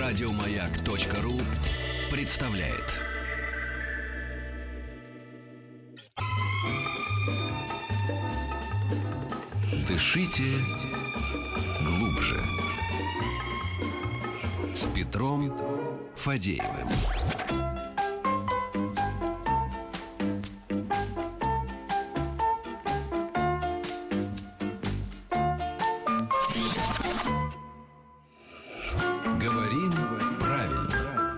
Радиомаяк.ру представляет. Дышите глубже. С Петром Фадеевым. Говорим правильно.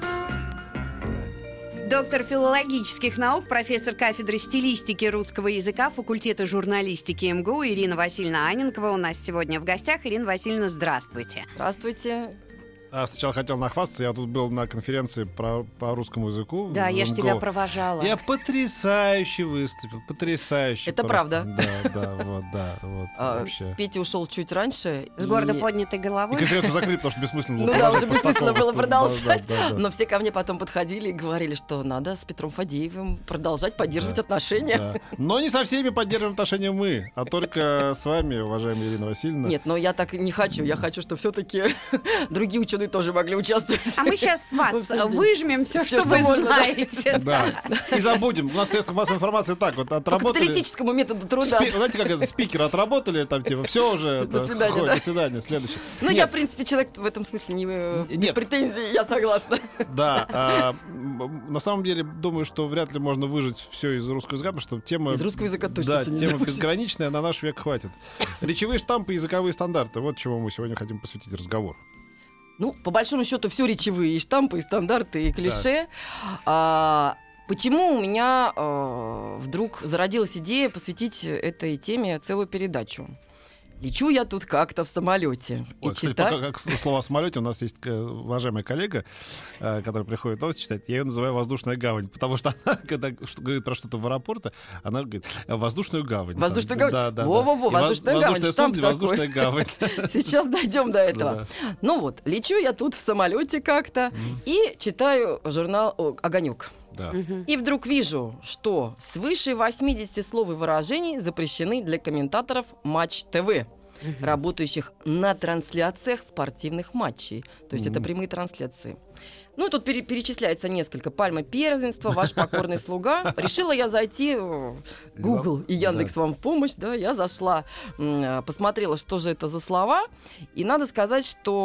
Доктор филологических наук, профессор кафедры стилистики русского языка факультета журналистики МГУ Ирина Васильевна Анненкова у нас сегодня в гостях. Ирина Васильевна, здравствуйте. Здравствуйте. Сначала хотел нахвастаться, я тут был на конференции по русскому языку. Да, я же тебя провожала. Я потрясающе выступил, потрясающе. Это просто. правда? Вот, вообще. Петя ушел чуть раньше. С гордо поднятой И головой. конференцию закрыли, потому что бессмысленно было. Ну да, уже бессмысленно было продолжать. Да. Но все ко мне потом подходили и говорили, что надо с Петром Фадеевым продолжать поддерживать отношения. Да. Но не со всеми поддерживаем отношения мы, а только с вами, уважаемая Ирина Васильевна. Нет, но я так не хочу. Я хочу, чтобы все-таки другие ученые тоже могли участвовать. А мы сейчас с вас выжмем все, что вы знаете. Да. И забудем. У нас средства массовой информации так вот По отработали. капиталистическому методу труда. Знаете, как это, спикеры отработали, там типа, все уже. До свидания, да. До свидания, следующий. Ну, я, в принципе, человек в этом смысле без претензий, я согласна. Да, на самом деле, думаю, что вряд ли можно выжать все из русского языка, потому что тема... Из русского языка точно Да, всё не тема закончится. безграничная, на наш век хватит. Речевые штампы, языковые стандарты. Вот чему мы сегодня хотим посвятить разговор. Ну, по большому счету, все речевые, и штампы, и стандарты, и клише. Почему у меня вдруг зародилась идея посвятить этой теме целую передачу? Лечу я тут как-то в самолете. Ой, кстати, как слово о самолете, у нас есть уважаемая коллега, которая приходит новости читать. Я ее называю «воздушная гавань», потому что она, когда говорит про что-то в аэропорте, она говорит «воздушную гавань». Воздушная гавань? Да. Во-во-во, воздушная гавань, штамп такой. Воздушная гавань. Сейчас дойдем до этого. Да. Ну вот, лечу я тут в самолете как-то и читаю журнал «Огонек». Да. И вдруг вижу, что свыше 80 слов и выражений запрещены для комментаторов Матч ТВ, работающих на трансляциях спортивных матчей. То есть это прямые трансляции. Ну, тут перечисляется несколько. «Пальма первенства», «Ваш покорный слуга». Решила я зайти в Google и Яндекс вам в помощь. Да, я зашла, посмотрела, что же это за слова. И надо сказать,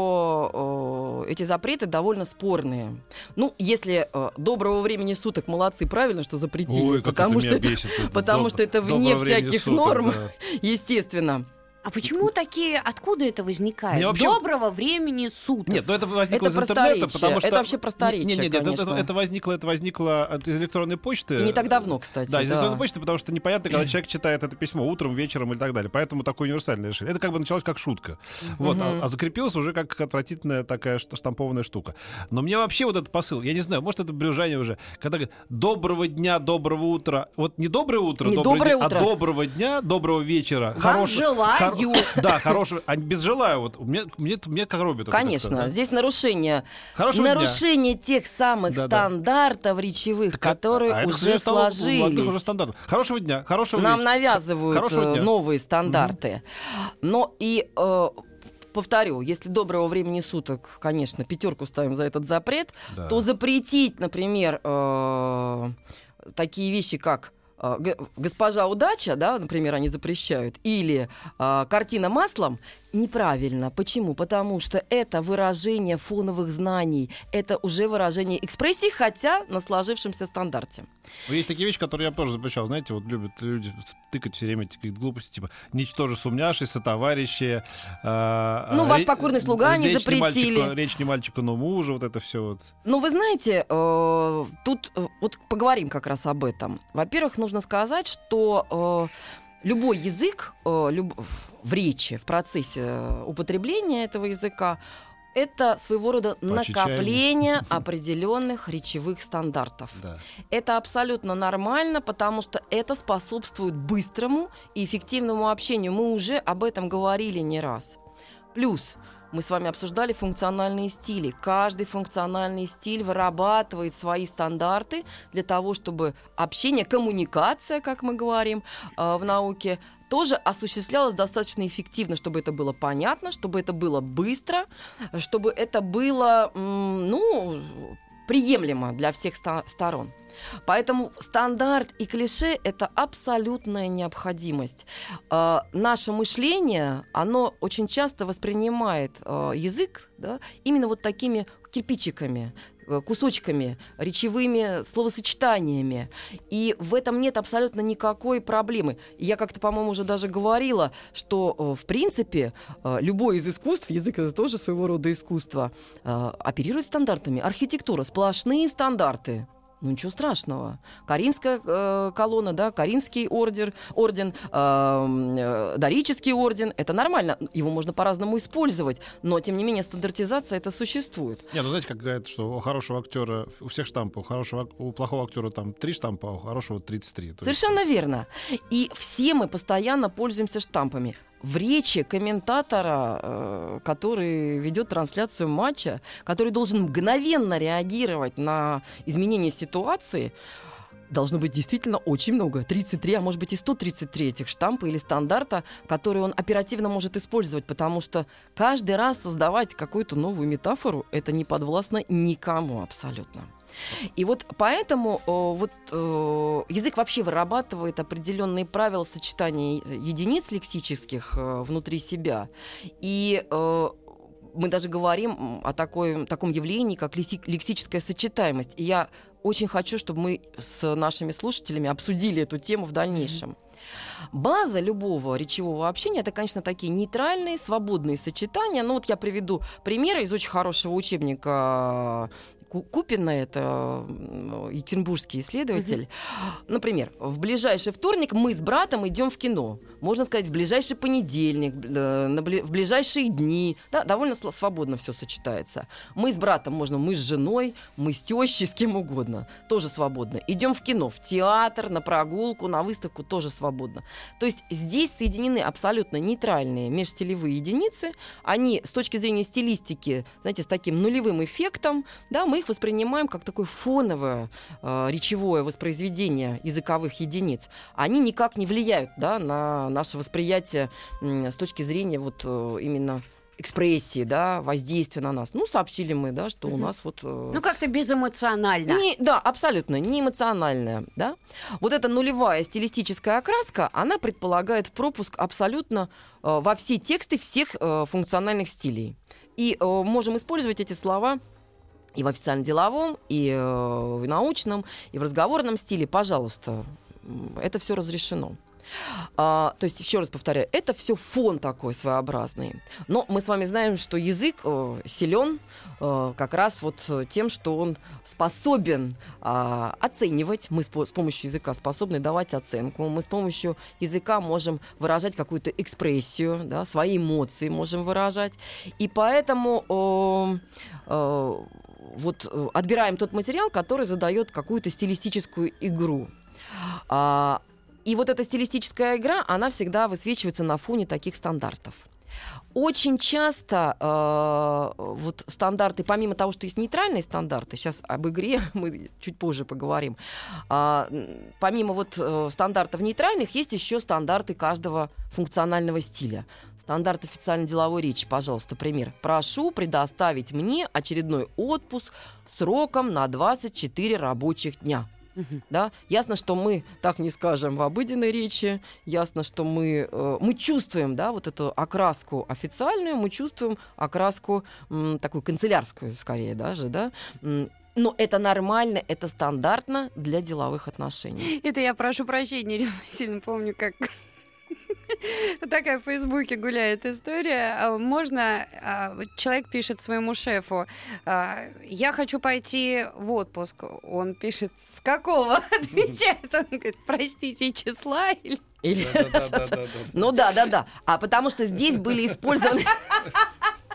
что эти запреты довольно спорные. Ну, если «доброго времени суток», молодцы, правильно, что запретили. Ой, потому что это вне всяких норм, естественно. А почему такие, откуда это возникает? Вообще... Доброго времени суток. Нет, ну это возникло это из интернета, потому что... Это вообще просторечие, Нет, конечно. это возникло из электронной почты. И не так давно, кстати. Да, из электронной почты, потому что непонятно, когда человек читает это письмо утром, вечером и так далее. Поэтому такое универсальное решение. Это как бы началось как шутка. Вот, а закрепилось уже как отвратительная такая штампованная штука. Но мне вообще вот этот посыл, я не знаю, может, это брюзжание уже, когда говорят «доброго дня, доброго утра». Вот не «доброе утро», не добрый день, утро. А «доброго дня, доброго вечера». Вам желаю. Да, хорошего. А без желаю. Вот мне коробит. Конечно, это, да? здесь нарушение тех самых стандартов речевых, которые уже сложились. Хорошего дня, хорошего Нам вечера. навязывают новые стандарты. Но и повторю, если доброго времени суток, конечно, 5 ставим за этот запрет, то запретить, например, такие вещи, как «Госпожа удача», да, например, они запрещают, или «Картина маслом», неправильно. Почему? Потому что это выражение фоновых знаний, это уже выражение экспрессии, хотя на сложившемся стандарте. Но есть такие вещи, которые я тоже запрещал. Знаете, вот любят люди тыкать все время такие глупости, типа «ничтоже сумняшися, товарищи». «Ваш покорный слуга» они запретили. Речь не мальчика, но мужа, вот это все вот. Ну, вы знаете, тут вот поговорим как раз об этом. Во-первых, нужно сказать, что любой язык в речи, в процессе употребления этого языка, это своего рода накопление определенных речевых стандартов. Да. Это абсолютно нормально, потому что это способствует быстрому и эффективному общению. Мы уже об этом говорили не раз. Плюс мы с вами обсуждали функциональные стили. Каждый функциональный стиль вырабатывает свои стандарты для того, чтобы общение, коммуникация, как мы говорим в науке, тоже осуществлялось достаточно эффективно, чтобы это было понятно, чтобы это было быстро, чтобы это было, приемлемо для всех сторон. Поэтому стандарт и клише — это абсолютная необходимость. Наше мышление, оно очень часто воспринимает язык, да, именно вот такими кирпичиками, кусочками, речевыми словосочетаниями. И в этом нет абсолютно никакой проблемы. Я как-то, по-моему, уже даже говорила, что, в принципе, любое из искусств, язык — это тоже своего рода искусство, оперирует стандартами. Архитектура — сплошные стандарты. Ну, ничего страшного. Каримская колонна, да, Каримский орден, дорический орден. Это нормально. Его можно по-разному использовать. Но, тем не менее, стандартизация это существует. Не, знаете, как говорят, что у хорошего актера, у всех штампов, у плохого актера там 3 штампа, а у хорошего 33. Совершенно верно. И все мы постоянно пользуемся штампами. В речи комментатора, который ведет трансляцию матча, который должен мгновенно реагировать на изменения ситуации, должно быть действительно очень много. 33, а может быть и 133 этих штампа или стандарта, которые он оперативно может использовать, потому что каждый раз создавать какую-то новую метафору — это не подвластно никому абсолютно. И вот поэтому язык вообще вырабатывает определенные правила сочетания единиц лексических внутри себя. И мы даже говорим о таком явлении, как лексическая сочетаемость. И я очень хочу, чтобы мы с нашими слушателями обсудили эту тему в дальнейшем. База любого речевого общения — это, конечно, такие нейтральные, свободные сочетания. Ну вот я приведу примеры из очень хорошего учебника Купина, это екатеринбургский исследователь. Например, в ближайший вторник мы с братом идем в кино. Можно сказать, в ближайший понедельник, в ближайшие дни. Да, довольно свободно все сочетается. Мы с братом можно, мы с женой, мы с тещей, с кем угодно. Тоже свободно. Идем в кино, в театр, на прогулку, на выставку, тоже свободно. То есть здесь соединены абсолютно нейтральные межстилевые единицы. Они с точки зрения стилистики, знаете, с таким нулевым эффектом, да, мы их воспринимаем как такое фоновое речевое воспроизведение языковых единиц. Они никак не влияют, да, на наше восприятие с точки зрения вот именно экспрессии, да, воздействия на нас. Ну, сообщили мы, да, что у нас вот... как-то безэмоционально. Да, абсолютно, не эмоциональная, да. Вот эта нулевая стилистическая окраска, она предполагает пропуск абсолютно во все тексты всех функциональных стилей. И можем использовать эти слова и в официально-деловом, и в научном, и в разговорном стиле. Пожалуйста, это все разрешено. То есть, еще раз повторяю, это все фон такой своеобразный. Но мы с вами знаем, что язык силен как раз вот тем, что он способен оценивать. Мы с помощью языка способны давать оценку. Мы с помощью языка можем выражать какую-то экспрессию, да, свои эмоции можем выражать. И поэтому отбираем тот материал, который задает какую-то стилистическую игру. И вот эта стилистическая игра, она всегда высвечивается на фоне таких стандартов. Очень часто стандарты, помимо того, что есть нейтральные стандарты, сейчас об игре мы чуть позже поговорим, помимо стандартов нейтральных, есть еще стандарты каждого функционального стиля. Стандарт официальной деловой речи, пожалуйста, пример. Прошу предоставить мне очередной отпуск сроком на 24 рабочих дня. Да? Ясно, что мы так не скажем в обыденной речи, ясно, что мы чувствуем, да, вот эту окраску официальную, мы чувствуем окраску такую канцелярскую, скорее даже, да. Но это нормально, это стандартно для деловых отношений. Это я прошу прощения, Ирина Васильевна, помню, как... Такая в Фейсбуке гуляет история. Человек пишет своему шефу: я хочу пойти в отпуск. Он пишет: с какого? Отвечает, он говорит: простите, числа или... Ну да. А потому что здесь были использованы...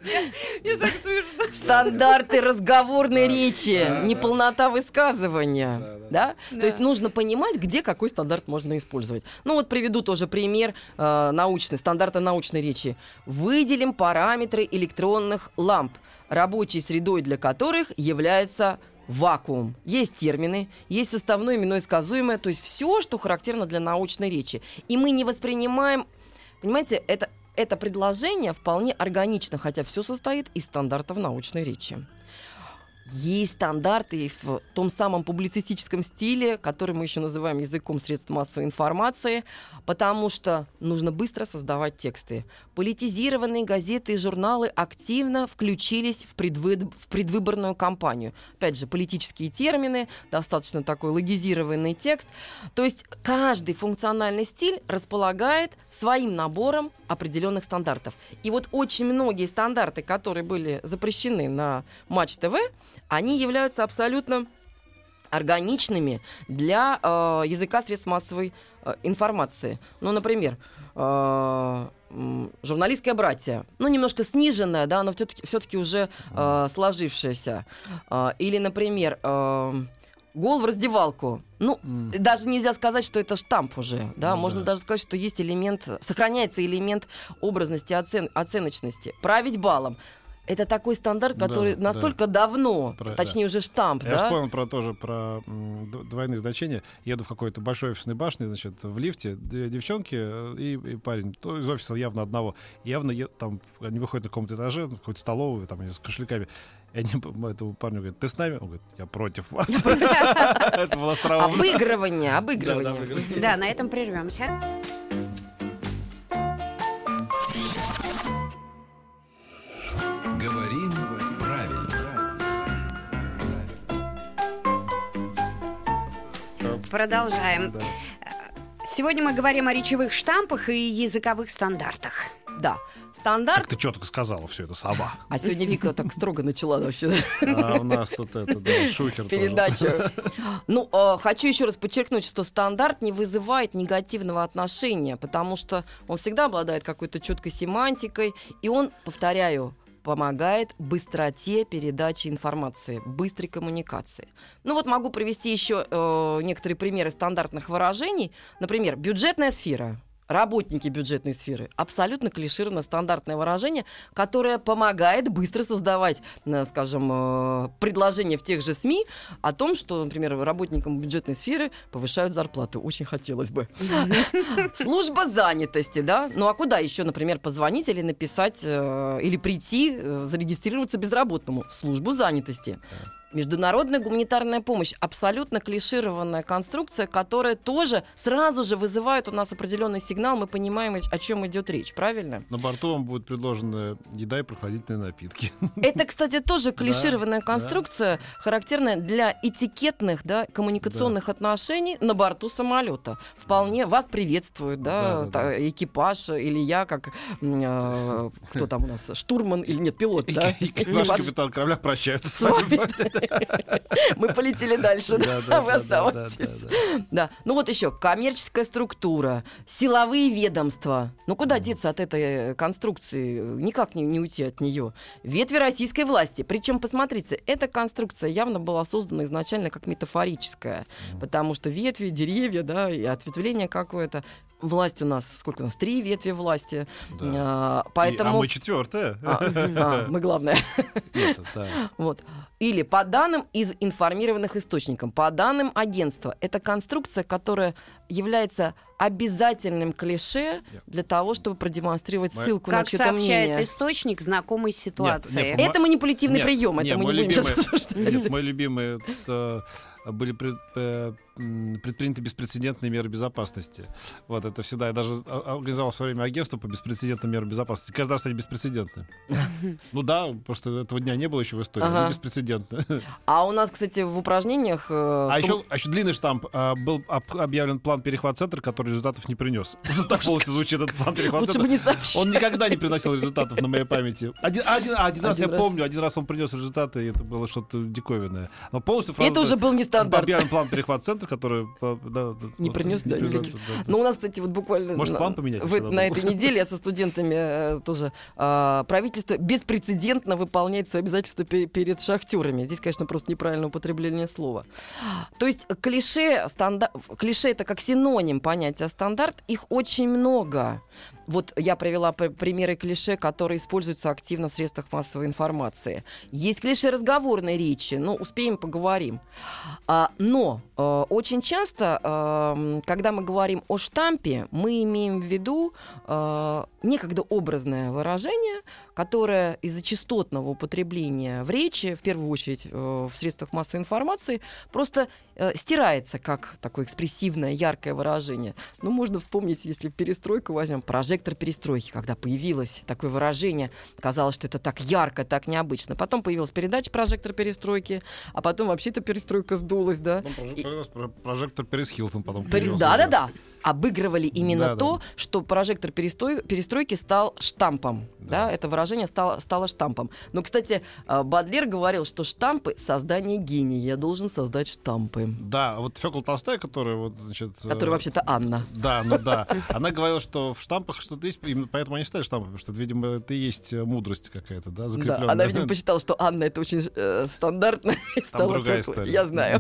Мне так смешно. Стандарты разговорной речи, неполнота высказывания. Да? То есть нужно понимать, где какой стандарт можно использовать. Ну вот приведу тоже пример научный, стандарта научной речи. Выделим параметры электронных ламп, рабочей средой для которых является вакуум. Есть термины, есть составное, именное, сказуемое, то есть все, что характерно для научной речи. И мы не воспринимаем, понимаете, это предложение вполне органично, хотя все состоит из стандартов научной речи. Есть стандарты в том самом публицистическом стиле, который мы еще называем языком средств массовой информации, потому что нужно быстро создавать тексты. Политизированные газеты и журналы активно включились в предвыборную кампанию. Опять же, политические термины, достаточно такой логизированный текст. То есть каждый функциональный стиль располагает своим набором определенных стандартов. И вот очень многие стандарты, которые были запрещены на Матч ТВ, они являются абсолютно органичными для языка средств массовой информации. Ну, например, журналистское братье, ну, немножко сниженное, да, но все-таки уже сложившееся. Или, например, гол в раздевалку. Ну, даже нельзя сказать, что это штамп уже, да, можно даже сказать, что есть элемент, сохраняется элемент образности, оценочности. Править балом. Это такой стандарт, который настолько давно, точнее уже штамп, Я вспомнил про двойные значения. Еду в какой-то большой офисной башне, значит, в лифте, две девчонки и парень, из офиса явно одного. Явно там они выходят на каком-то этаже, в какой-то столовую, там, с кошельками. И они этому парню говорят: ты с нами? Он говорит: я против вас. Это было остроумно. Обыгрывание. Да, на этом прервемся. Говорим правильно. Продолжаем. Сегодня мы говорим о речевых штампах и языковых стандартах. Да. Стандарт. Как ты четко сказала все это, сова. А сегодня Вика так строго начала вообще. А у нас тут шухер передачу. Ну, хочу еще раз подчеркнуть, что стандарт не вызывает негативного отношения, потому что он всегда обладает какой-то четкой семантикой, и он, повторяю, помогает быстроте передачи информации, быстрой коммуникации. Ну вот могу привести еще некоторые примеры стандартных выражений. Например, бюджетная сфера. Работники бюджетной сферы. Абсолютно клишированное стандартное выражение, которое помогает быстро создавать, скажем, предложения в тех же СМИ о том, что, например, работникам бюджетной сферы повышают зарплату. Очень хотелось бы. Служба занятости, да? Ну а куда еще, например, позвонить или написать, или прийти, зарегистрироваться безработному? В службу занятости. Международная гуманитарная помощь. Абсолютно клишированная конструкция, которая тоже сразу же вызывает у нас определенный сигнал. Мы понимаем, о чем идет речь, правильно? На борту вам будет предложена еда и прохладительные напитки. Это, кстати, тоже клишированная конструкция, характерная для этикетных, да, коммуникационных отношений на борту самолета. Вполне вас приветствует, экипаж, или я, как кто там у нас, штурман или нет, пилот, да? Ваш капитан корабля прощается с вами. Мы полетели дальше, вы оставайтесь. Да. Ну вот еще коммерческая структура, силовые ведомства. Ну куда деться от этой конструкции? Никак не уйти от нее. Ветви российской власти. Причем, посмотрите, эта конструкция явно была создана изначально как метафорическая, потому что ветви, деревья, да, и ответвление какое-то. Власть у нас, сколько у нас? 3 ветви власти. Да. Поэтому... А мы 4-е. Мы главное. Вот. Или по данным из информированных источников, по данным агентства. Это конструкция, которая является обязательным клише для того, чтобы продемонстрировать ссылку на чьё-то мнение. Как сообщает источник, знакомый с ситуацией. Это манипулятивный прием, это мы не будем сейчас обсуждать. Нет, мой любимый... были предприняты беспрецедентные меры безопасности. Вот это всегда. Я даже организовал в свое время агентство по беспрецедентным мерам безопасности. Каждый раз они беспрецедентны. Ну да, просто этого дня не было еще в истории. Но беспрецедентно. А у нас, кстати, в упражнениях... А еще длинный штамп. Был объявлен план перехват-центра, который результатов не принес. Так полностью звучит этот план перехват-центра. Он никогда не приносил результатов на моей памяти. Один раз я помню, один раз он принес результаты, и это было что-то диковинное. Но полностью это уже был не стандарт. Объявлен план перехват-центра, центр, который Не принес, да, никаких. Но у нас, кстати, вот буквально Может, план поменять? на этой неделе я со студентами тоже правительство беспрецедентно выполняет свои обязательства перед шахтерами. Здесь, конечно, просто неправильное употребление слова. То есть клише это как синоним понятия стандарт, их очень много. Вот я привела примеры клише, которые используются активно в средствах массовой информации. Есть клише разговорной речи, успеем, поговорим. Но очень часто, когда мы говорим о штампе, мы имеем в виду некогда образное выражение, которое из-за частотного употребления в речи, в первую очередь в средствах массовой информации, просто стирается как такое экспрессивное, яркое выражение. Можно вспомнить, если в перестройку возьмем, прожектор перестройки, когда появилось такое выражение, казалось, что это так ярко, так необычно. Потом появилась передача «Прожектор перестройки», а потом вообще-то перестройка сдулась, да? Прожектор Перес Хилтон потом появился. Да. Обыгрывали именно то, что прожектор перестройки стал штампом. Да, это выражение стало штампом. Но, кстати, Бодлер говорил, что штампы — создание гения. Я должен создать штампы. Да, вот Фёкла Толстая, которая Которая вообще-то Анна. Да, она говорила, что в штампах что-то есть, именно поэтому они стали штампами, потому что, видимо, это и есть мудрость какая-то, да, закрепленная. Да, она, видимо, посчитала, что Анна — это очень стандартно. Там другая история. Я знаю.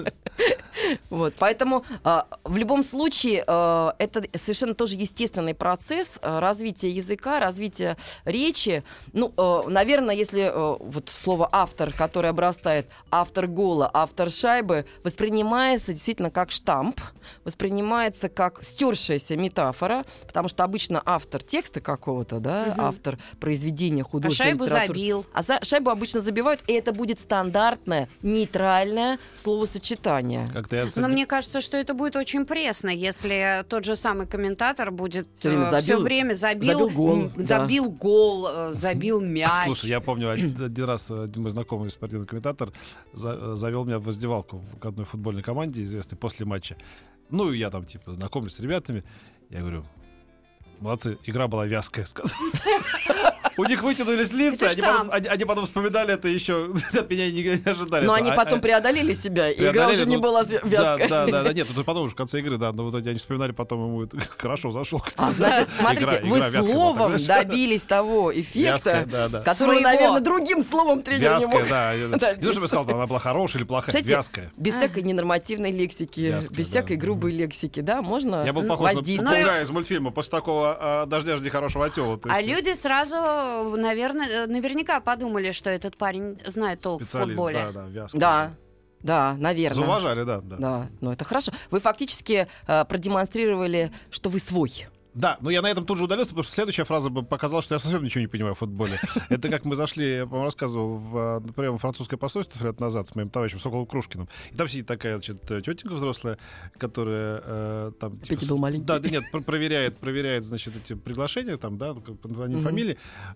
Вот, поэтому в любом случае это совершенно тоже естественный процесс развития языка, развития речи. Наверное, если вот слово «автор», которое обрастает «автор гола», «автор шайбы», воспринимается действительно как штамп, воспринимается как стершаяся метафора, потому что обычно автор текста какого-то, да, автор произведения художественной литературы. А шайбу забил. А шайбу обычно забивают, и это будет стандартное, нейтральное словосочетание. Но мне кажется, что это будет очень пресно, если тот же самый комментатор будет все время забил гол, забил мяч. Слушай, я помню, один раз один мой знакомый спортивный комментатор завел меня в раздевалку к одной футбольной команде известной после матча. Я там знакомлюсь с ребятами. Я говорю: молодцы, игра была вязкая, сказал. У них вытянулись лица, они потом вспоминали это еще, от меня не ожидали. Но они потом преодолели себя, и игра уже не была вязкая. Да, нет, потом уже в конце игры, да, но вот они вспоминали, потом ему хорошо зашел. Значит, смотрите, вы словом добились того эффекта, которого, наверное, другим словом тренер не мог. Не то, чтобы я сказал, она была хорошая или плохая, вязкая. Без всякой ненормативной лексики, без всякой грубой лексики, да, можно Я был похож на воздействовать. попугая из мультфильма «После такого дождя жди хорошего отела». А люди сразу, наверняка подумали, что этот парень знает толк в футболе. Да, вязкая. Да, наверное. Зауважали, да. Да, это хорошо. Вы фактически продемонстрировали, что вы свой. Да, но я на этом тут же удалился, потому что следующая фраза бы показала, что я совсем ничего не понимаю в футболе. Это как мы зашли, я вам рассказывал, в прием французское посольство лет назад с моим товарищем Соколом Крушкиным. И там сидит такая тетенька взрослая, которая там... Петя был маленький. Да, нет, проверяет, значит, эти приглашения, там, да, фамилии.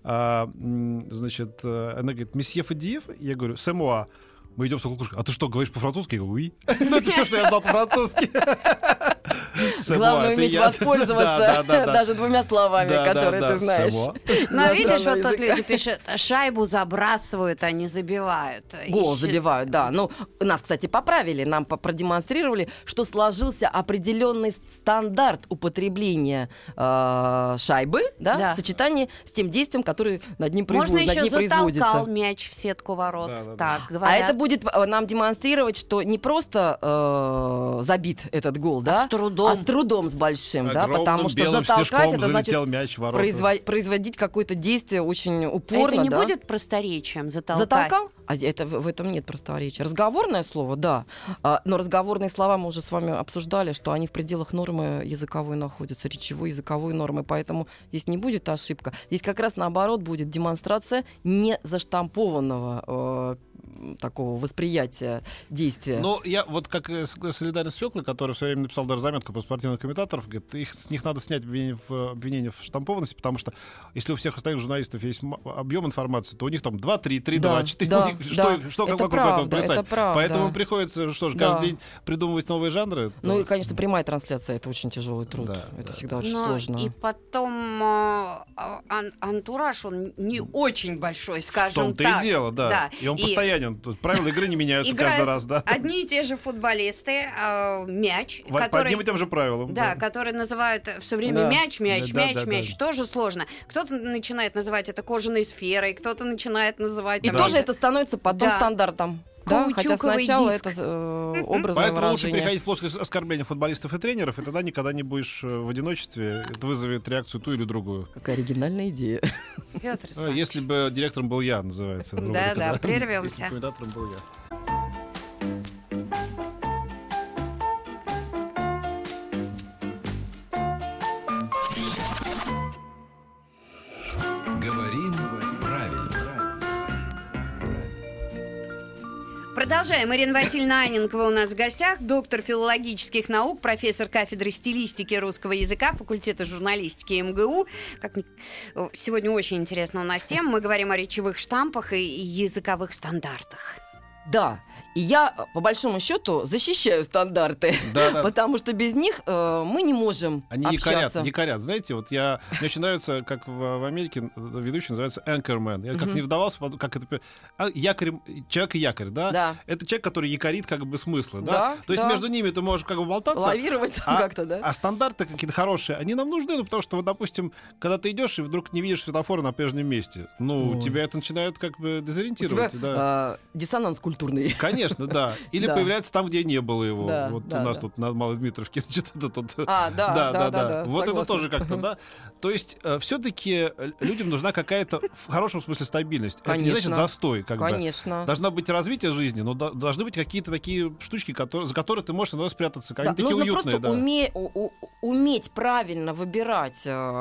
Значит, она говорит: месье Фадиев? Я говорю: «Сэмуа». Мы идем с Соколом Крушкиным: а ты что, говоришь по-французски? Я говорю: «Уи». Это все, что я знал по-французски. Главное уметь воспользоваться даже двумя словами, которые ты знаешь. Но видишь, вот тут люди пишут: шайбу забрасывают, а не забивают. Гол забивают, да. Нас, кстати, поправили, нам продемонстрировали, что сложился определенный стандарт употребления шайбы, да, в сочетании с тем действием, которое над ним производится. Можно еще затолкал мяч в сетку ворот. Так говорят. А это будет нам демонстрировать, что не просто забит этот гол, да, а с трудом, с большим, да, потому что затолкать — это значит производить какое-то действие очень упорно. Это не будет просторечием, затолкать? Затолкал? В этом нет просторечия. Разговорное слово, да. Но разговорные слова мы уже с вами обсуждали, что они в пределах нормы языковой находятся, речевой, языковой нормы, поэтому здесь не будет ошибка. Здесь как раз наоборот будет демонстрация не заштампованного такого восприятия действия. Я вот как солидарен с Фёклой, который в свое время написал даже заметку про спортивных комментаторов, говорит, с них надо снять обвинение в штампованности, потому что если у всех остальных журналистов есть объем информации, то у них там 2, 3, 3, 2, 4, что как вокруг этого плясать. Поэтому приходится, каждый день придумывать новые жанры. И, конечно, прямая трансляция — это очень тяжелый труд. Это всегда очень сложно. И потом антураж, он не очень большой, скажем так. В том-то и дело, да. И он постоянный. постоянен. Тут правила игры не меняются Играют каждый раз, да. одни и те же футболисты, мяч, По который... одним и тем же правилам. Да, который называют все время Да. мяч. Да. Тоже сложно. Кто-то начинает называть это кожаной сферой, кто-то начинает называть... И там, тоже это становится потом Да. стандартом. Да, хотя Каучуковый сначала диск. это образное Поэтому лучше выражение. переходить в плоскость оскорбления футболистов и тренеров, и тогда никогда не будешь в одиночестве. Это вызовет реакцию ту или другую. Какая оригинальная идея. Пётр Александрович. Если бы директором был я, называется. рубрика, Да, прервемся. Если комментатором был я. Говорим правильно. Продолжаем. Ирина Васильевна Анненкова у нас в гостях, доктор филологических наук, профессор кафедры стилистики русского языка, факультета журналистики МГУ. Сегодня очень интересно у нас тема. Мы говорим о речевых штампах и языковых стандартах. Да, и я, по большому счету, защищаю стандарты, Да. потому что без них мы не можем Они общаться. якорят. Знаете, вот мне очень нравится, как в Америке ведущий называется anchorman. Я как не вдавался, как это... Якорь, человек и якорь, да? Да. Это человек, который якорит как бы смыслы, да? Да, То есть да. между ними ты можешь как бы болтаться. Лавировать там как-то, да? А стандарты какие-то хорошие, они нам нужны, потому что, вот, допустим, когда ты идешь и вдруг не видишь светофора на прежнем месте, Ой. тебя это начинает как бы У дезориентировать. тебя Да. диссонанс культурный. Конечно, да. Или Да. появляется там, где не было его. Да, Вот да, у нас да. тут на Малой Дмитровке, значит, это тут... Да. Вот это согласна. тоже как-то, да. То есть все-таки людям нужна какая-то, в хорошем смысле, стабильность. Это не значит Конечно. застой, как бы. Конечно. Должна быть развитие жизни, но должны быть какие-то такие штучки, за которые ты можешь иногда спрятаться. Они Да, такие нужно уютные, просто да. уметь правильно выбирать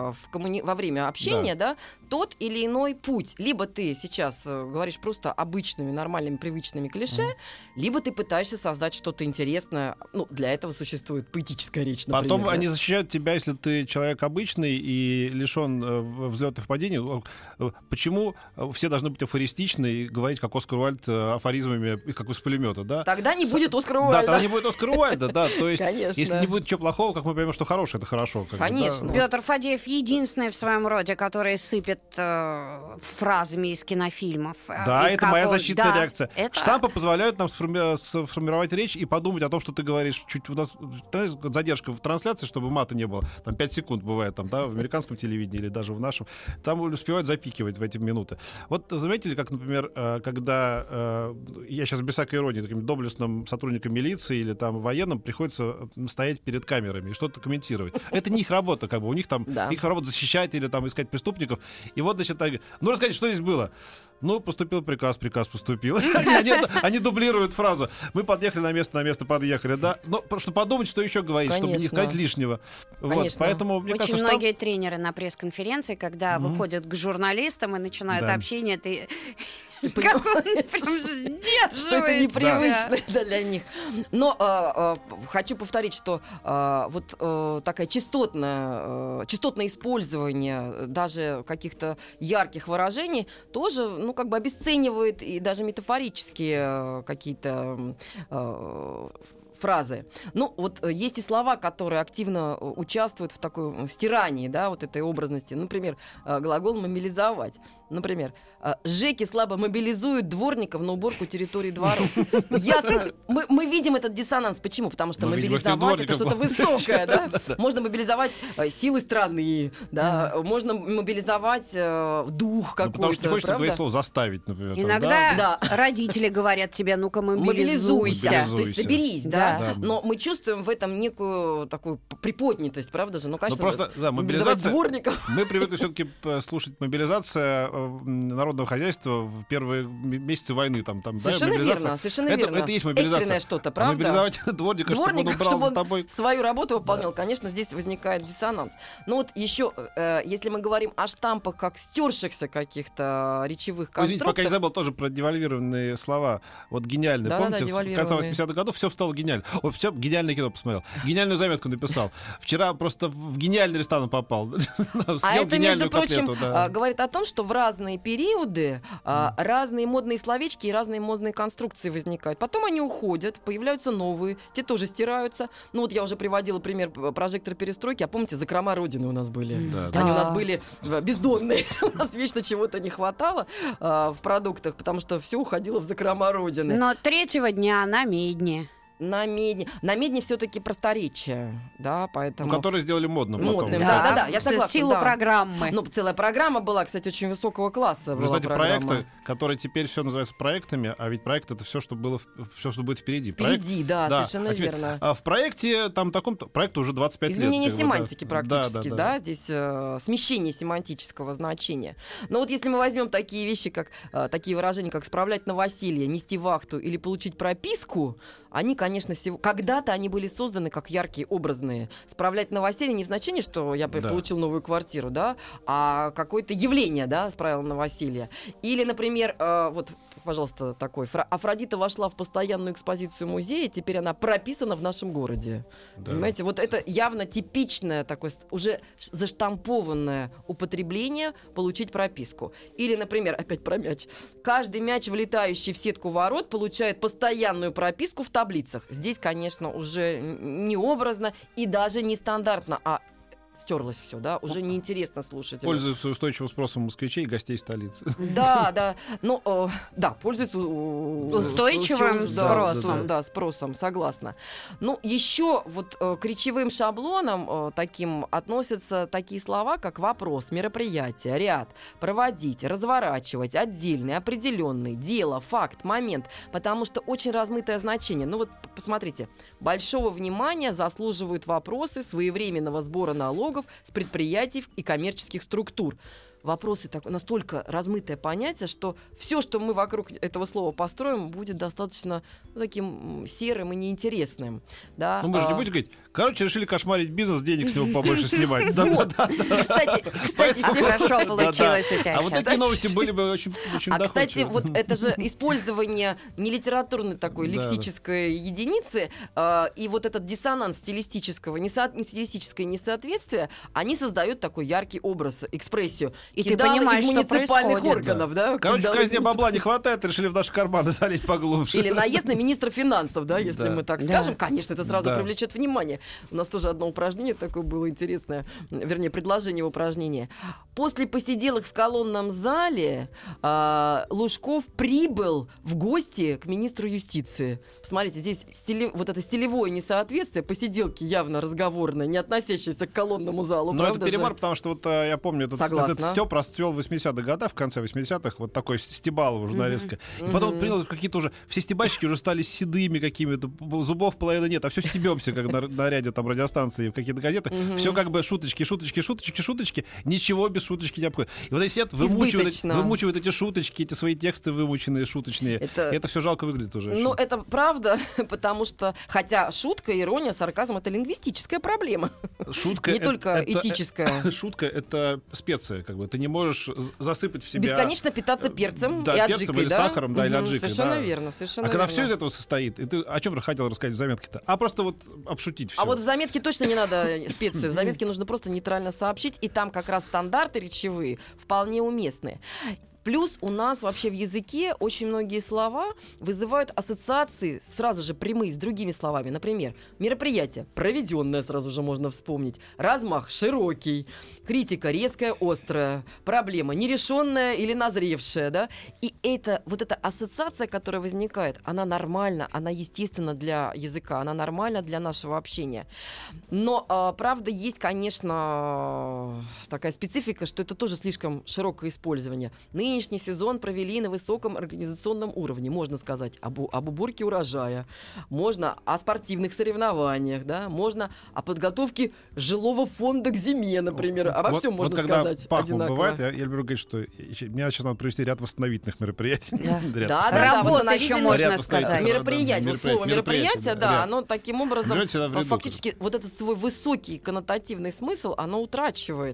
во время общения, да, тот или иной путь. Либо ты сейчас говоришь просто обычными, нормальными, привычными клише, либо ты пытаешься создать что-то интересное. Ну, для этого существует поэтическая речь, например. Потом да. они защищают тебя, если ты человек обычный и лишен взлетов и падений. Почему все должны быть афористичны и говорить, как Оскар Уайльд, афоризмами, как из пулемета, да? Тогда не будет Оскара Да, Уайльда. тогда не будет Оскара Уайльда, да. То есть, Конечно. если не будет ничего плохого, как мы поймем, что хорошее, это хорошо. как бы, да. Конечно. Петр Фадеев единственный в своем роде, который сыпет фразами из кинофильмов. Да, И это моя какой- защитная да, реакция. это- Штампы позволяют нам сформировать речь и подумать о том, что ты говоришь. Чуть у нас знаешь, задержка в трансляции, чтобы мата не было. Там 5 секунд бывает, там, да, в американском телевидении или даже в нашем. Там успевают запикивать в эти минуты. Вот заметили, как, например, когда я сейчас без всякой иронии, таким доблестным сотрудникам милиции или там военным приходится стоять перед камерами и что-то комментировать. Это не их работа, как бы. У них там Да. их работа защищать или там искать преступников. И вот, значит, они, ну, расскажите, что здесь было? Ну, поступил приказ поступил. Они дублируют фразу. Мы подъехали на место подъехали, да. Но просто подумать, что еще говорить, чтобы не Конечно. сказать лишнего. Вот, Конечно. поэтому, мне Очень кажется, многие тренеры на пресс-конференции, когда выходят к журналистам и начинают Да. общение, ты... Понимаешь? Как он прям сдерживается. Что это непривычно для них. Но хочу повторить, что такое частотное использование даже каких-то ярких выражений тоже, ну, как бы обесценивает и даже метафорические какие-то фразы. Ну, вот есть и слова, которые активно участвуют в такой стирании, да, вот этой образности. Например, глагол «мобилизовать». Например, жеки слабо мобилизуют дворников на уборку территории дворов. Ясно. Мы видим этот диссонанс. Почему? Потому что Мы видим, мобилизовать — это что-то дворников. высокое, да? Можно мобилизовать силы страны, да? Можно мобилизовать дух ну, потому что не какой-то, хочется говорить правда? слово «заставить», например. там, Иногда Да. родители говорят тебе, ну-ка, мобилизуйся. Мобилизуйся. То есть Мобилизуйся. соберись, да? Да. Но мы чувствуем в этом некую такую приподнятость, правда же? Ну, Ну, конечно, просто, да, мобилизовать мобилизация... дворников. Мы привыкли все-таки слушать мобилизация народного хозяйства в первые месяцы войны. Там, да, Совершенно мобилизация. верно, совершенно это, верно. Это и есть мобилизация. Экстренное что-то, А правда? мобилизовать дворника, чтобы он Дворник, убрал чтобы за он тобой. свою работу выполнял, конечно, здесь возникает диссонанс. Но вот еще, если мы говорим о штампах как стершихся каких-то речевых Ой, извините, пока конструктов, не забыл, тоже про девальвированные слова. Вот гениальные. Да-да-да, Помните, с конца девальвированные. 80-х годов все стало гениальным. гениально. Ой, все, гениальное кино посмотрел. Гениальную заметку написал. Вчера просто в гениальный ресторан попал. А это, между прочим, говорит о том, что в разные периоды разные модные словечки и разные модные конструкции возникают. Потом они уходят, появляются новые, те тоже стираются. Ну вот я уже приводила пример прожектор перестройки, а помните, закрома Родины у нас были? Они у нас были бездонные. У нас вечно чего-то не хватало в продуктах, потому что все уходило в закрома Родины. Но третьего дня на Медне. На Медне все-таки просторечие, да, поэтому... Которые сделали модным потом. Модным, да, я согласна. В силу программы. Ну, целая программа была, кстати, очень высокого класса. В результате проекта, которые теперь все называются проектами, а ведь проект — это все, что было, все, что будет впереди. Впереди, да, совершенно верно. А в проекте, там таком-то, проекту уже 25 лет. Изменение семантики практически, да, здесь смещение семантического значения. Но вот если мы возьмем такие вещи, как такие выражения, как «справлять новоселье», «нести вахту» или «получить прописку», они, конечно, когда-то они были созданы как яркие, образные. Справлять новоселье не в значении, что я получил новую квартиру, да, а какое-то явление, да, справил новоселье. Или, например, вот, пожалуйста, такой. Афродита вошла в постоянную экспозицию музея, теперь она прописана в нашем городе. Да. Понимаете, вот это явно типичное такое, уже заштампованное употребление «получить прописку». Или, например, опять про мяч. Каждый мяч, влетающий в сетку ворот, получает постоянную прописку в таблицах. Здесь, конечно, уже не образно и даже не стандартно, а стерлось все, да, уже неинтересно слушать. Пользуются устойчивым спросом москвичей и гостей столицы. Да, ну, да, пользуются устойчивым спросом. Да, спросом, согласна. Ну, еще вот к речевым шаблонам таким относятся такие слова, как вопрос, мероприятие, ряд, проводить, разворачивать, отдельный, определенный, дело, факт, момент, потому что очень размытое значение. Ну вот, посмотрите, большого внимания заслуживают вопросы своевременного сбора налогов с предприятий и коммерческих структур. Вопросы настолько размытое понятие, что все, что мы вокруг этого слова построим, будет достаточно таким серым и неинтересным. Да? Ну, мы же не будем говорить, короче, решили кошмарить бизнес, денег с него побольше снимать. Кстати, хорошо получилось у тебя. А вот такие новости были бы очень доходчивы. Кстати, вот это же использование не литературной такой лексической единицы и вот этот диссонанс стилистического, стилистическое несоответствие, они создают такой яркий образ, экспрессию. И ты понимаешь, что происходит. Органов, да? Короче, в казне бабла не хватает, решили в наши карманы залезть поглубже. Или наезд на министра финансов, да, если мы так скажем. Конечно, это сразу привлечет внимание. У нас тоже одно упражнение такое было интересное, вернее, предложение в упражнении. После посиделок в колонном зале Лужков прибыл в гости к министру юстиции. Посмотрите, здесь вот это стилевое несоответствие, посиделки явно разговорные, не относящиеся к колонному залу. Но это перебор, потому что вот я помню, этот стёб расцвел в 80-х годах, в конце 80-х, вот такой стебалово журналистка. И потом принял какие-то уже, все стебальщики уже стали седыми какими-то, зубов половины нет, а все стебемся, как на ряде там радиостанции, в какие-то газеты. Все как бы шуточки, ничего без шуточки не обходит. И вот они сидят, вымучивают эти шуточки, эти свои тексты вымученные, шуточные. Это все жалко выглядит уже. Ну, это правда, потому что, хотя шутка, ирония, сарказм — это лингвистическая проблема. Шутка не только этическая. Шутка — это специя, как бы. Ты не можешь засыпать в себя... Бесконечно питаться перцем и перцем аджикой, или сахаром, или аджикой. Совершенно верно, совершенно когда верно. все из этого состоит, и ты о чем хотел рассказать в заметке-то? А просто вот обшутить все. А вот в заметке точно не надо специю. В заметке нужно просто нейтрально сообщить, и там как раз стандарты речевые вполне уместные. Плюс у нас вообще в языке очень многие слова вызывают ассоциации сразу же прямые с другими словами. Например, мероприятие проведенное сразу же можно вспомнить. Размах широкий. Критика резкая, острая. Проблема нерешенная или назревшая. Да? И вот эта ассоциация, которая возникает, она нормальна, она естественна для языка, она нормальна для нашего общения. Но, правда, есть, конечно, такая специфика, что это тоже слишком широкое использование. Нынешний сезон провели на высоком организационном уровне. Можно сказать об уборке урожая, можно о спортивных соревнованиях, да? Можно о подготовке жилого фонда к зиме, например. Обо всем можно сказать когда пахму одинаково. Бывает, я люблю говорить, что мне сейчас надо провести ряд восстановительных мероприятий. Работа еще можно сказать. Мероприятие. Слово мероприятие, да, оно таким образом фактически вот этот свой высокий коннотативный смысл, оно утрачивает.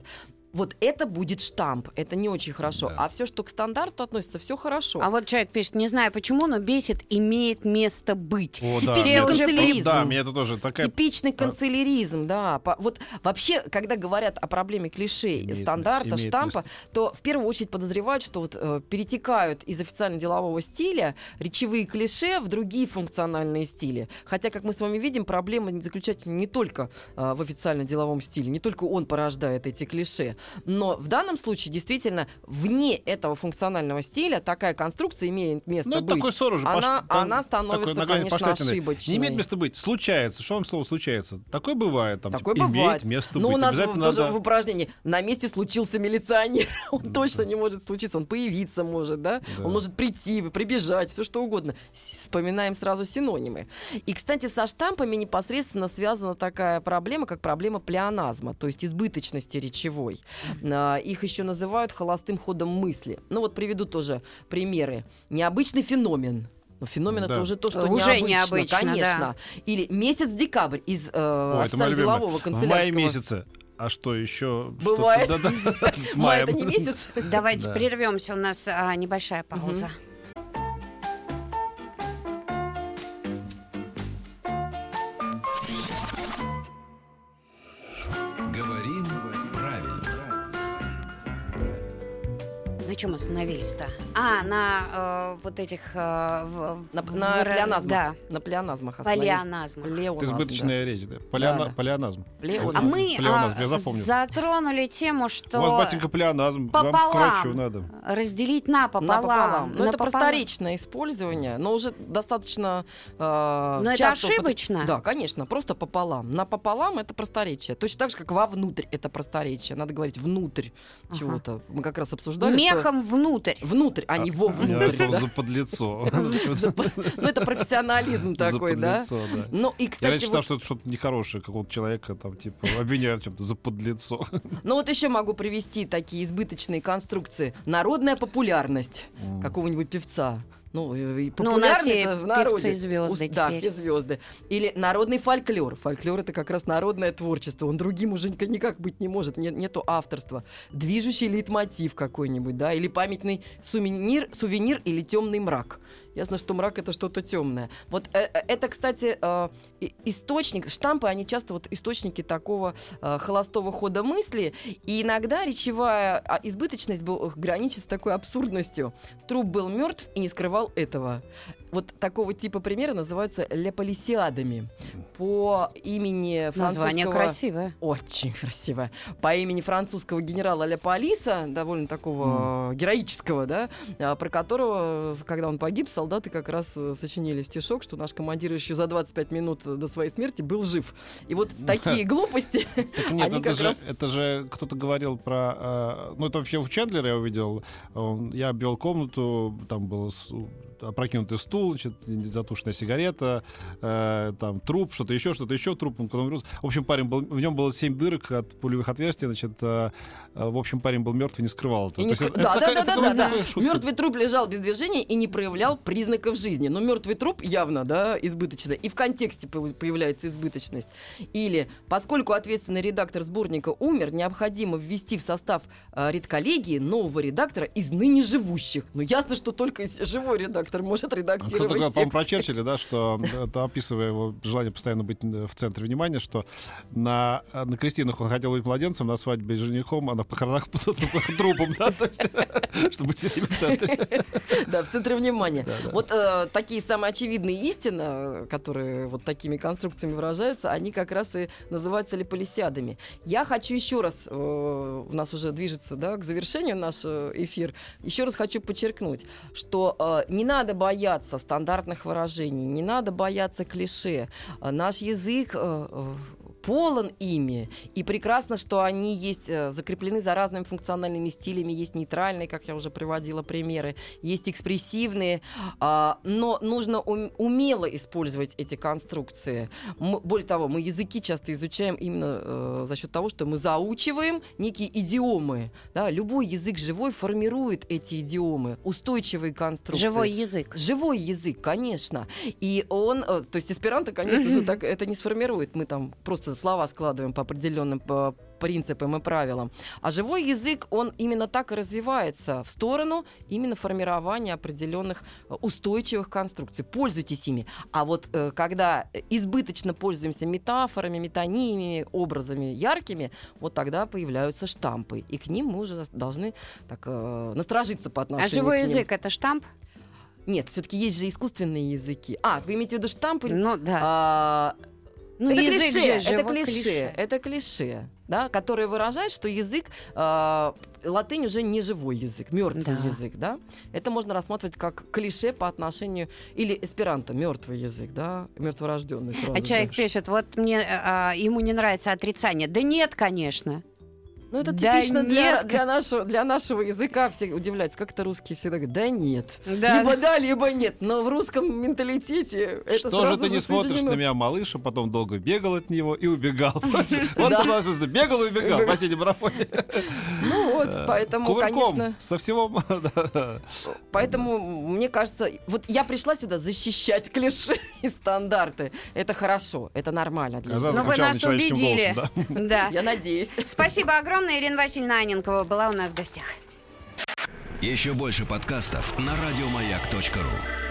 вот это будет штамп. Это не очень хорошо. Да. А все, что к стандарту относится, все хорошо. А вот человек пишет, не знаю почему, но бесит, имеет место быть. О, да. Типичный уже канцеляризм. Да, мне это тоже такая... Типичный канцеляризм, да. Вот вообще, когда говорят о проблеме клише, Имеет стандарта, штампа, место. то в первую очередь подозревают, что вот перетекают из официально-делового стиля речевые клише в другие функциональные стили. Хотя, как мы с вами видим, проблема заключается не только в официально-деловом стиле, не только он порождает эти клише. Но в данном случае действительно вне этого функционального стиля такая конструкция имеет место Ну, это быть. такой ссор уже. Она становится, конечно, ошибочной. Не имеет места быть. Случается. Что вам слово случается? Такое бывает. Там, Такое типа, бывает. имеет место Но быть. у нас Обязательно тоже надо... в упражнении на месте случился милиционер. Он точно не может случиться. Он появиться может, да? Да. Он может прийти, прибежать, все что угодно. Вспоминаем сразу синонимы. И, кстати, со штампами непосредственно связана такая проблема, как проблема плеоназма, то есть избыточности речевой. Их еще называют холостым ходом мысли. Ну вот приведу тоже примеры. Необычный феномен. Но феномен Да. это уже то, что Уже необычно, необычно, конечно. да. Или месяц декабрь из Ой, это моя официально-делового любимая. В мае канцелярского. месяце. А что еще? Бывает. Да-да-да. С Май маем. это не месяц. Давайте Да. прервемся, у нас небольшая пауза. Говорим правильно. На чем остановились-то? На вот этих... На плеоназмах. Да, На плеоназмах остановились. полианазмах. Это Плеоназм, избыточная речь, да. Да. Полианазм. да. Плеоназм. А мы Плеоназм, я запомнил. затронули тему, что У вас, батенька, плеоназм. Вам к пополам. врачу надо. разделить напополам. Напополам. Ну, это Напополам. просторечное использование, но уже достаточно Но это часто ошибочно. Да, конечно, просто пополам. Напополам — это просторечие. Точно так же, как вовнутрь — это просторечие. Надо говорить внутрь чего-то. Мы как раз обсуждали, что... Мехом внутрь. Внутрь, а не Мне вовнутрь. нравится да. за подлицо. Ну, это профессионализм такой, За да? подлицо, да. Ну, и, Я кстати, раньше считал, что это что-то нехорошее, какого-то человека там, типа, обвиняют в чем-то за подлицо. ну вот еще могу привести такие избыточные конструкции. Народная популярность какого-нибудь певца. Ну, и Ну, у нас популярный все это в народе. певцы и звезды Да, теперь. все звезды. Или народный фольклор. Фольклор — это как раз народное творчество. Он другим уже никак быть не может. Нету авторства. Движущий лейтмотив какой-нибудь, да, или памятный сувенир или темный мрак. Ясно, что мрак — это что-то темное. Вот это, кстати, источник, штампы, они часто вот источники такого холостого хода мысли, и иногда речевая избыточность граничит с такой абсурдностью. Труп был мертв и не скрывал этого. Вот такого типа примера называются леполисиадами. По имени французского... Название красивое. Очень красивое. По имени французского генерала Леполиса, довольно такого героического, да, про которого, когда он погиб, солдаты как раз сочинили стишок, что наш командир еще за 25 минут до своей смерти был жив. И вот такие глупости, Так нет, они как раз... это же кто-то говорил про... ну, это вообще у Чендлера я увидел. Я обвел комнату, там был опрокинутый стул, значит, затушенная сигарета, там труп, что-то еще, труп. В общем, парень был, в нем было 7 дырок от пулевых отверстий, значит, в общем, парень был мертв и не скрывал это. И не То есть скры- Да. такая шутка. Мертвый труп лежал без движения и не проявлял признаков жизни. Но мертвый труп явно, да, избыточно. И в контексте появляется избыточность. Или, поскольку ответственный редактор сборника умер, необходимо ввести в состав редколлегии нового редактора из ныне живущих. Ну, ясно, что только живой редактор может редактировать Кто-то говорил, по-моему, про тексты. Черчилля, да, что это описывая его желание постоянно быть в центре внимания, что на крестинах он хотел быть младенцем, на свадьбе женихом, а на похоронах трупом, да, то есть, чтобы быть все время в центре. Да, в центре внимания. Да. Вот такие самые очевидные истины, которые вот такими конструкциями выражаются, они как раз и называются леполисиадами. Я хочу еще раз, у нас уже движется, да, к завершению наш эфир, еще раз хочу подчеркнуть, что не надо бояться стандартных выражений, не надо бояться клише. Наш язык полон ими, и прекрасно, что они есть закреплены за разными функциональными стилями, есть нейтральные, как я уже приводила примеры, есть экспрессивные, но нужно умело использовать эти конструкции. Более того, мы языки часто изучаем именно за счет того, что мы заучиваем некие идиомы. Да? Любой язык живой формирует эти идиомы, устойчивые конструкции. Живой язык. Живой язык, конечно. И он, то есть эсперанто, конечно же, так это не сформирует. Мы там просто просто слова складываем по определенным принципам и правилам. А живой язык, он именно так и развивается в сторону именно формирования определенных устойчивых конструкций. Пользуйтесь ими. А вот когда избыточно пользуемся метафорами, метонимиями, образами яркими, вот тогда появляются штампы. И к ним мы уже должны так, насторожиться по отношению А живой к ним. язык — это штамп? Нет, все-таки есть же искусственные языки. Вы имеете в виду штампы? Ну, да. Это язык клише, же это живой, клише, это клише, да, которое выражает, что язык, латынь уже не живой язык, мертвый язык, да. Это можно рассматривать как клише по отношению, или эсперанто, мертвый язык, да, мертворожденный сразу же. Человек пишет, вот мне ему не нравится отрицание. Да нет, конечно. Ну, это Да типично нет. для нашего языка. Все удивляются, как это русские всегда говорят, да нет. Да. Либо да, либо нет. Но в русском менталитете это Что же сразу ты не смотришь соединено. на меня, малыш, а потом долго бегал от него и убегал. Вот он бегал и убегал в осеннем марафоне. Ну вот, поэтому, конечно... Со всего... Поэтому, мне кажется, вот я пришла сюда защищать клише и стандарты. Это хорошо, это нормально для Казалось, языка. Ну, вы звучало нас человеческим убедили. голосом, Да. Я надеюсь. Спасибо огромное. Ирина Васильевна Анненкова была у нас в гостях. Еще больше подкастов на радиомаяк.ру.